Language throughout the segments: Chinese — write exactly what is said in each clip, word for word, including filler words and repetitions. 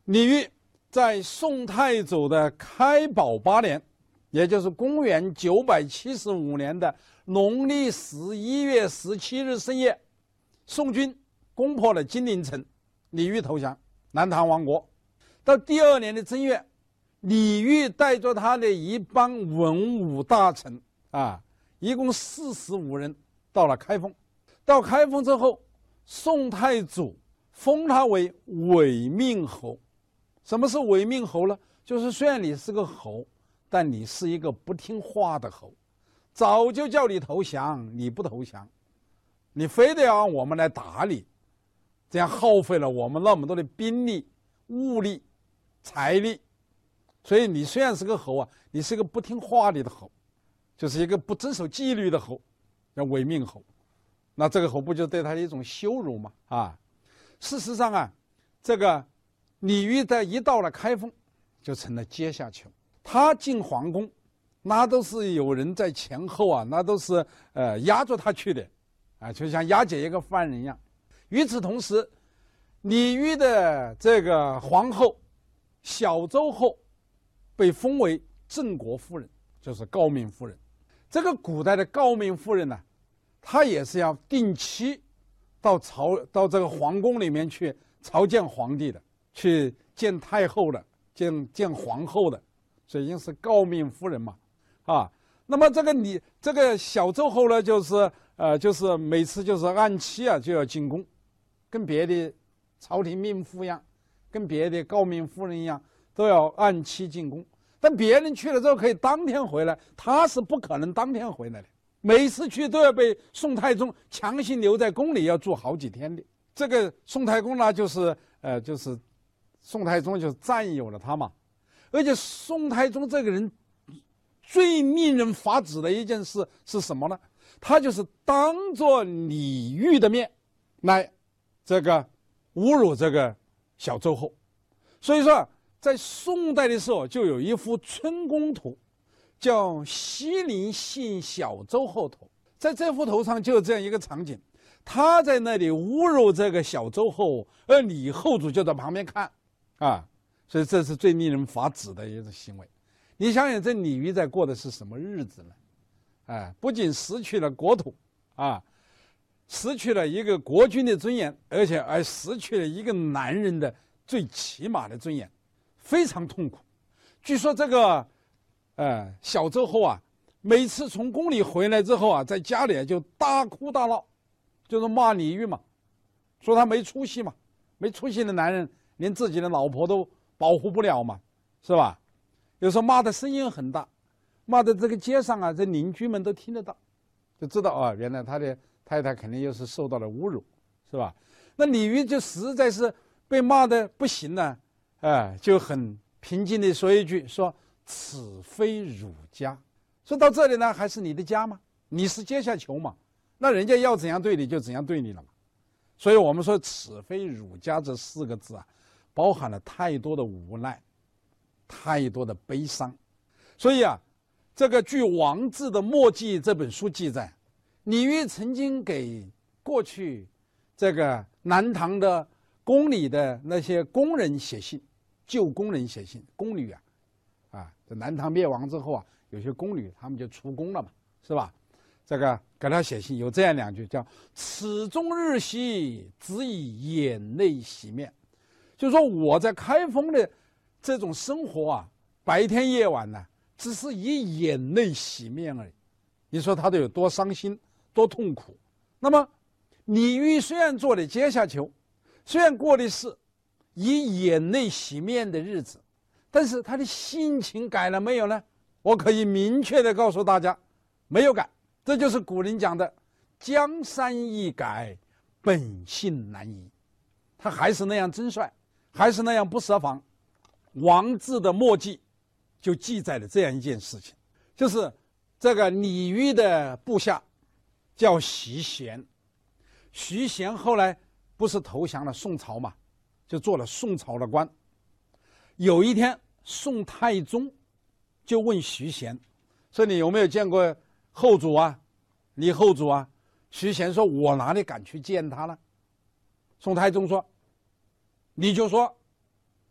李煜在宋太祖的开宝八年，也就是公元九百七十五年的农历十一月十七日深夜，宋军攻破了金陵城，李煜投降，南唐亡国。到第二年的正月，李煜带着他的一帮文武大臣啊，一共四十五人，到了开封。到开封之后，宋太祖封他为伪命侯。什么是伪命侯呢？就是虽然你是个侯，但你是一个不听话的侯。早就叫你投降，你不投降，你非得要我们来打你，这样耗费了我们那么多的兵力、物力、财力。所以你虽然是个侯啊，你是个不听话的侯，就是一个不遵守纪律的侯，叫伪命侯。那这个侯不就对他的一种羞辱吗？啊，事实上啊，这个李煜在一到了开封，就成了阶下囚。他进皇宫，那都是有人在前后啊，那都是呃压着他去的，啊，就像押解一个犯人一样。与此同时，李煜的这个皇后小周后被封为郑国夫人，就是诰命夫人。这个古代的诰命夫人呢，她也是要定期到朝到这个皇宫里面去朝见皇帝的，去见太后的，见见皇后的，所以已经是诰命夫人嘛，啊。那么这个你这个小周后呢，就是呃，就是每次就是按期啊就要进宫，跟别的朝廷命妇一样，跟别的诰命夫人一样，都要按期进宫。但别人去了之后可以当天回来，他是不可能当天回来的。每次去都要被宋太宗强行留在宫里，要住好几天的。这个宋太公呢，就是呃，就是宋太宗就占有了他嘛。而且宋太宗这个人最令人发指的一件事是什么呢？他就是当着李煜的面来这个侮辱这个小周后。所以说，在宋代的时候就有一幅春宫图，叫西陵幸小周后图。在这幅图上就有这样一个场景，他在那里侮辱这个小周后，而李后主就在旁边看啊，所以这是最令人发指的一种行为。你想想，这李煜在过的是什么日子呢？哎，不仅失去了国土啊，失去了一个国君的尊严，而且还失去了一个男人的最起码的尊严，非常痛苦。据说这个呃小周后啊，每次从宫里回来之后啊，在家里就大哭大闹，就是骂李煜嘛，说他没出息嘛，没出息的男人连自己的老婆都保护不了嘛，是吧？有时候骂的声音很大，骂的这个街上啊，这邻居们都听得到，就知道啊，原来他的太太肯定又是受到了侮辱，是吧？那李煜就实在是被骂的不行了，哎，就很平静地说一句，说此非汝家。说到这里呢，还是你的家吗？你是阶下囚嘛，那人家要怎样对你就怎样对你了嘛。所以我们说此非汝家这四个字啊，包含了太多的无奈，太多的悲伤。所以啊，这个据《王志的墨记》这本书记载，李煜曾经给过去这个南唐的宫里的那些宫人写信，旧宫人写信，宫女啊，啊，这南唐灭亡之后啊，有些宫女他们就出宫了嘛，是吧？这个给他写信有这样两句，叫此中日兮，只以眼泪洗面。就是说我在开封的这种生活啊，白天夜晚呢、啊，只是以眼泪洗面而已。你说他得有多伤心，多痛苦？那么李煜虽然做了阶下囚，虽然过的是以眼泪洗面的日子，但是他的性情改了没有呢？我可以明确的告诉大家，没有改。这就是古人讲的江山易改，本性难移。他还是那样真率，还是那样不设防。王志的墨记就记载了这样一件事情，就是这个李煜的部下叫徐贤，徐贤后来不是投降了宋朝嘛，就做了宋朝的官。有一天宋太宗就问徐贤说，你有没有见过后主啊，李后主啊？徐贤说，我哪里敢去见他呢？宋太宗说，你就说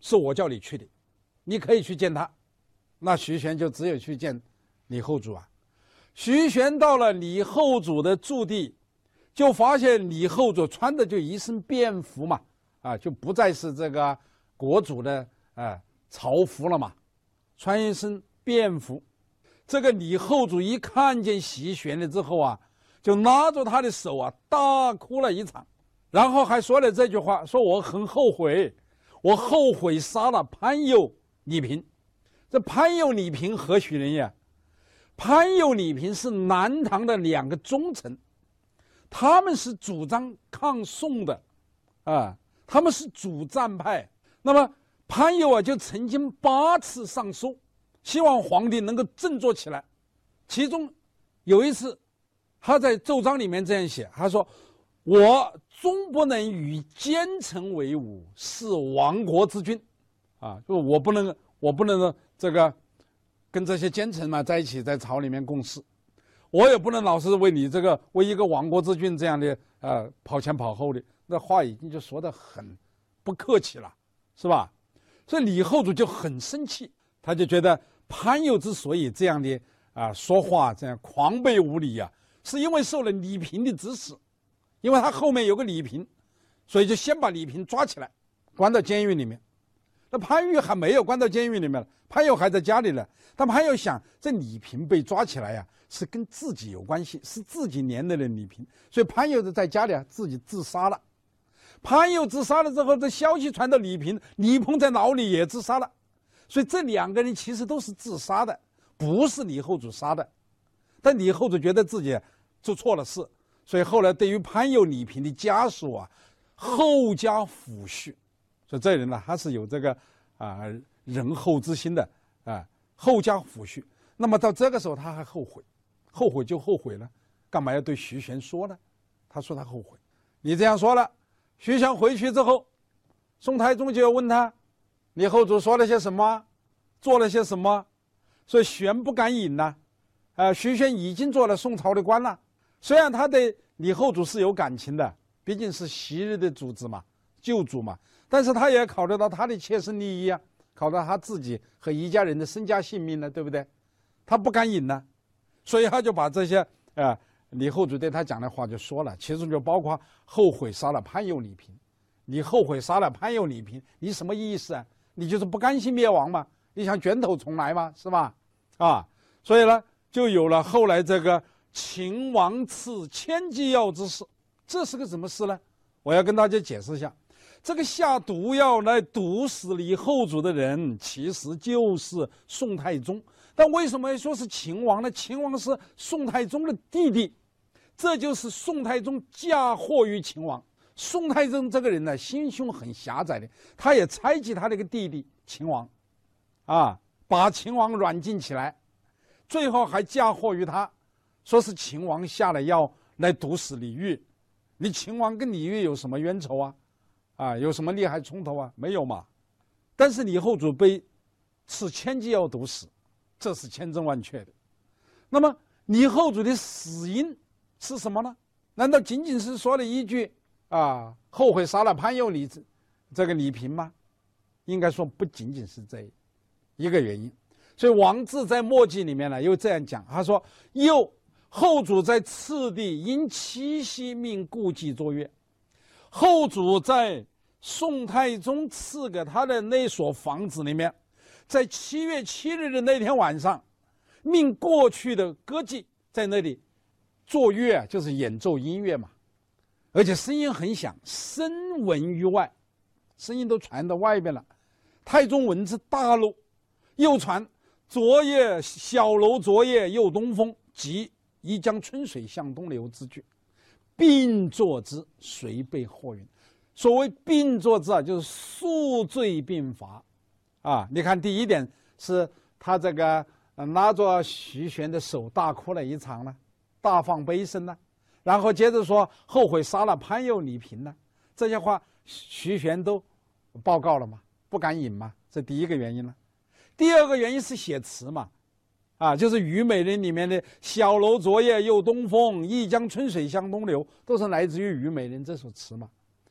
是我叫你去的，你可以去见他。那徐玄就只有去见李后主啊。徐玄到了李后主的驻地，就发现李后主穿的就一身便服嘛，啊，就不再是这个国主的啊朝服了嘛，穿一身便服。这个李后主一看见徐玄了之后啊，就拉着他的手啊，大哭了一场，然后还说了这句话，说我很后悔，我后悔杀了潘佑、李平。这潘佑、李平何许人也？潘佑、李平是南唐的两个忠臣，他们是主张抗宋的，啊，他们是主战派。那么潘佑啊，就曾经八次上书，希望皇帝能够振作起来。其中有一次，他在奏章里面这样写，他说：“我终不能与奸臣为伍，是亡国之君。”啊，就我不能，我不能这个跟这些奸臣嘛在一起，在朝里面共事，我也不能老是为你这个为一个亡国之君这样的呃跑前跑后的。那话已经就说得很不客气了，是吧？所以李后主就很生气，他就觉得潘佑之所以这样的啊说话这样狂悖无理啊，是因为受了李平的指使，因为他后面有个李平，所以就先把李平抓起来，关到监狱里面。那潘玉还没有关到监狱里面了，潘佑还在家里呢。但潘佑想，这李平被抓起来呀、啊，是跟自己有关系，是自己连累了李平，所以潘佑就在家里啊自己自杀了。潘佑自杀了之后，这消息传到李平，李鹏在牢里也自杀了。所以这两个人其实都是自杀的，不是李后主杀的。但李后主觉得自己做错了事，所以后来对于潘佑、李平的家属啊，厚加抚恤。所以这人呢，他是有这个啊仁厚之心的啊，厚加抚恤。那么到这个时候他还后悔，后悔就后悔了，干嘛要对徐玄说呢？他说他后悔。你这样说了，徐玄回去之后，宋太宗就要问他，李后主说了些什么，做了些什么？所以玄不敢隐呐。呃，徐玄已经做了宋朝的官了，虽然他对李后主是有感情的，毕竟是昔日的主子嘛，旧主嘛。但是他也考虑到他的切身利益啊，考虑到他自己和一家人的身家性命呢，对不对？他不敢隐呢，所以他就把这些啊、呃、李后主对他讲的话就说了，其中就包括后悔杀了潘佑、李平。你后悔杀了潘佑、李平，你什么意思啊？你就是不甘心灭亡嘛？你想卷土重来吗？是吧？啊，所以呢，就有了后来这个秦王赐千机药之事。这是个什么事呢？我要跟大家解释一下。这个下毒药来毒死李后主的人，其实就是宋太宗。但为什么说是秦王呢？秦王是宋太宗的弟弟，这就是宋太宗嫁祸于秦王。宋太宗这个人呢，心胸很狭窄的，他也猜忌他那个弟弟秦王，啊，把秦王软禁起来，最后还嫁祸于他，说是秦王下了药来毒死李煜。你秦王跟李煜有什么冤仇啊？啊，有什么利害冲突啊？没有嘛。但是李后主被赐千机药毒死，这是千真万确的。那么李后主的死因是什么呢？难道仅仅是说了一句啊后悔杀了潘佑、李这个李平吗？应该说不仅仅是这一个原因。所以王志在墨迹里面呢又这样讲，他说：又后主在次第因七夕命故伎作乐。后主在宋太宗赐给他的那所房子里面，在七月七日的那天晚上，命过去的歌妓在那里作乐，就是演奏音乐嘛，而且声音很响，声闻于外，声音都传到外边了。太宗闻之大怒，又传昨夜小楼昨夜又东风，即宜将春水向东流之句，并作之，遂被祸云。所谓并作之啊，就是数罪并罚啊。你看第一点是他这个拉着徐玄的手大哭了一场呢，大放悲声呢，然后接着说后悔杀了潘佑、李平呢，这些话徐玄都报告了嘛，不敢隐嘛，这第一个原因呢。第二个原因是写词嘛，啊，就是《虞美人》里面的小楼昨夜又东风，一江春水向东流，都是来自于《虞美人》这首词嘛。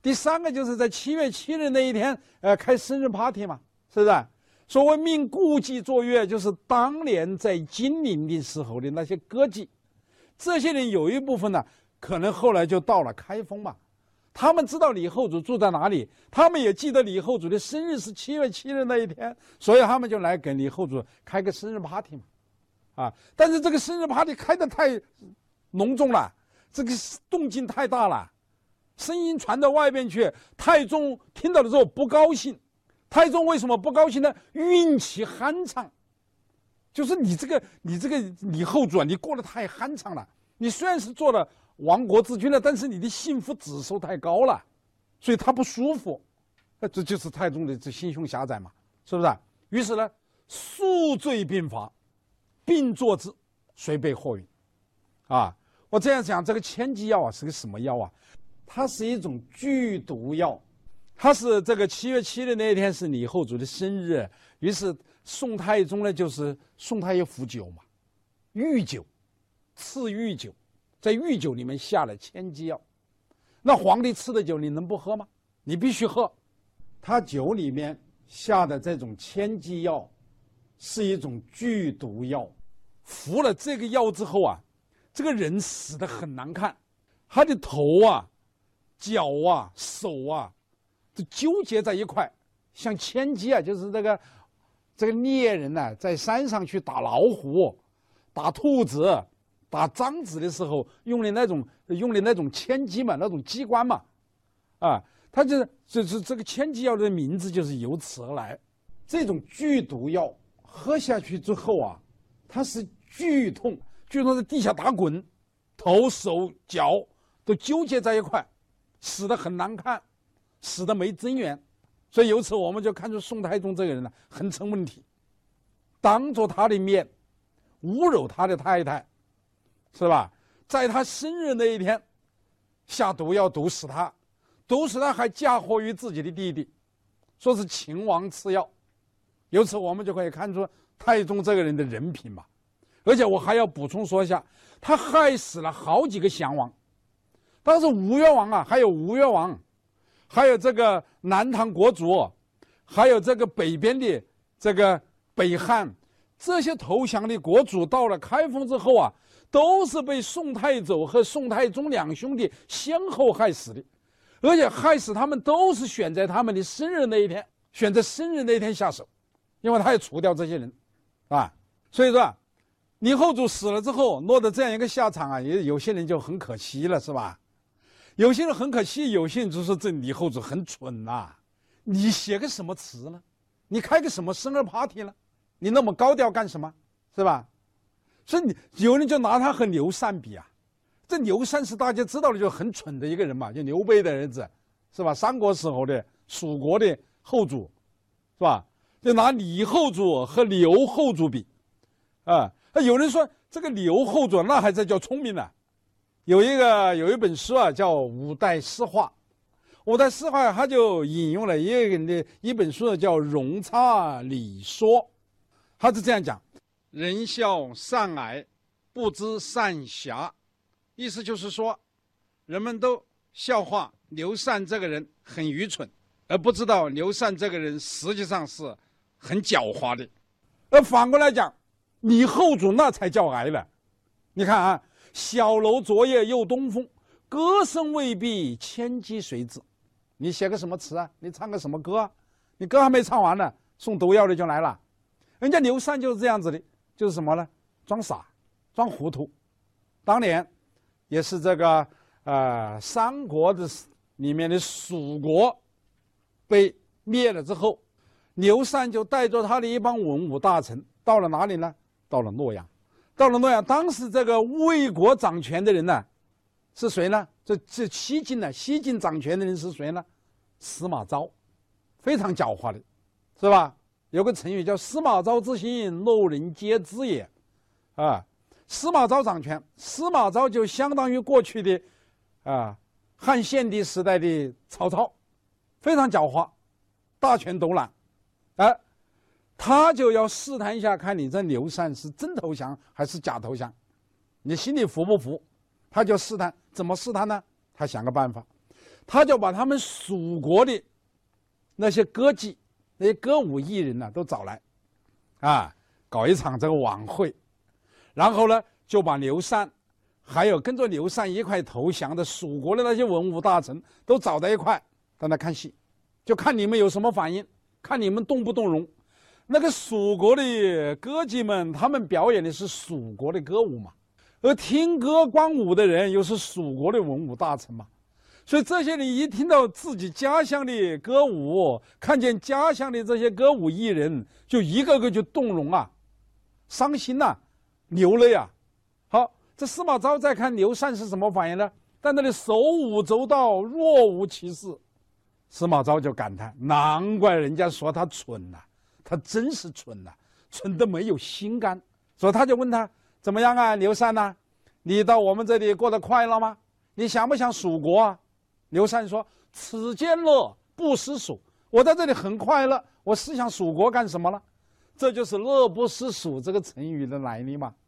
第三个就是在七月七日那一天，呃，开生日 party 嘛，是不是？所谓命故伎作乐，就是当年在金陵的时候的那些歌妓，这些人有一部分呢，可能后来就到了开封嘛。他们知道李后主住在哪里，他们也记得李后主的生日是七月七日那一天，所以他们就来给李后主开个生日 party 嘛，啊！但是这个生日 party 开得太隆重了，这个动静太大了，声音传到外边去，太宗听到了之后不高兴。太宗为什么不高兴呢？运气酣畅，就是你这个你这个李后主啊，你过得太酣畅了。你虽然是做了亡国之君了，但是你的幸福指数太高了，所以他不舒服。这就是太宗的这心胸狭窄嘛，是不是？于是呢，数罪并罚，并作之，遂被获允。啊，我这样讲，这个千机药啊是个什么药啊？它是一种剧毒药。它是这个七月七日那一天是李后主的生日，于是宋太宗呢就是送他一壶酒嘛，御酒，赐御酒，在御酒里面下了千机药。那皇帝赐的酒你能不喝吗？你必须喝。他酒里面下的这种千机药是一种剧毒药，服了这个药之后啊，这个人死得很难看，他的头啊、脚啊、手啊都纠结在一块，像千机啊，就是这个这个猎人呢、啊，在山上去打老虎、打兔子、打獐子的时候用的那种用的那种千机嘛，那种机关嘛，啊，他就是就是这个千机药的名字就是由此而来。这种剧毒药喝下去之后啊，它是剧痛，剧痛在地下打滚，头手脚都纠结在一块，死得很难看。死得没尊严，所以由此我们就看出宋太宗这个人呢很成问题，当着他的面侮辱他的太太，是吧？在他生日那一天下毒药毒死他，毒死他还嫁祸于自己的弟弟，说是秦王赐药。由此我们就可以看出太宗这个人的人品嘛。而且我还要补充说一下，他害死了好几个降王，当时吴越王啊，还有吴越王，还有这个南唐国主，还有这个北边的这个北汉，这些投降的国主到了开封之后啊，都是被宋太祖和宋太宗两兄弟先后害死的，而且害死他们都是选在他们的生日那一天，选在生日那一天下手，因为他要除掉这些人，啊，所以说李后主死了之后落得这样一个下场啊，也有些人就很可惜了，是吧？有些人很可惜，有些人就说这李后主很蠢呐、啊，你写个什么词呢？你开个什么生日 party 呢？你那么高调干什么？是吧？所以你有人就拿他和刘禅比啊，这刘禅是大家知道的就很蠢的一个人嘛，就刘备的儿子，是吧？三国时候的蜀国的后主，是吧？就拿李后主和刘后主比，啊，有人说这个刘后主那还在叫聪明呢、啊。有一个有一本书啊，叫《五代诗话》，《五代诗话》他就引用了一个人的一本书叫《容差理说》，他是这样讲：人笑善蔼，不知善侠。意思就是说，人们都笑话刘禅这个人很愚蠢，而不知道刘禅这个人实际上是很狡猾的。而反过来讲，李后主那才叫蔼了。你看啊。小楼昨夜又东风，歌声未毕，千机谁知？你写个什么词啊？你唱个什么歌啊？你歌还没唱完呢，送毒药的就来了。人家刘禅就是这样子的，就是什么呢？装傻，装糊涂。当年也是这个呃三国的里面的蜀国被灭了之后，刘禅就带着他的一帮文武大臣到了哪里呢？到了洛阳。到了洛阳，当时这个魏国掌权的人呢，是谁呢？这这西晋呢？西晋掌权的人是谁呢？司马昭，非常狡猾的，是吧？有个成语叫"司马昭之心，路人皆知也"，啊，司马昭掌权，司马昭就相当于过去的啊汉献帝时代的曹操，非常狡猾，大权独揽，啊。他就要试探一下，看你这刘禅是真投降还是假投降，你心里服不服？他就试探，怎么试探呢？他想个办法， 他就把他们蜀国的那些歌妓、那些歌舞艺人呢、啊、都找来，啊，搞一场这个晚会，然后呢，就把刘禅，还有跟着刘禅一块投降的蜀国的那些文武大臣都找在一块，让他看戏，就看你们有什么反应，看你们动不动容。那个蜀国的歌妓们，他们表演的是蜀国的歌舞嘛，而听歌观舞的人又是蜀国的文武大臣嘛，所以这些人一听到自己家乡的歌舞，看见家乡的这些歌舞艺人，就一个个就动容啊，伤心呐、啊，流泪啊。好，这司马昭再看刘禅是什么反应呢？在那里手舞足蹈，若无其事。司马昭就感叹：难怪人家说他蠢呐、啊，他真是蠢呐、啊，蠢得没有心肝。所以他就问他怎么样啊，刘禅呐、啊，你到我们这里过得快乐吗？你想不想蜀国啊？刘禅说：此间乐，不思蜀。我在这里很快乐，我思想蜀国干什么了？这就是乐不思蜀这个成语的来历嘛。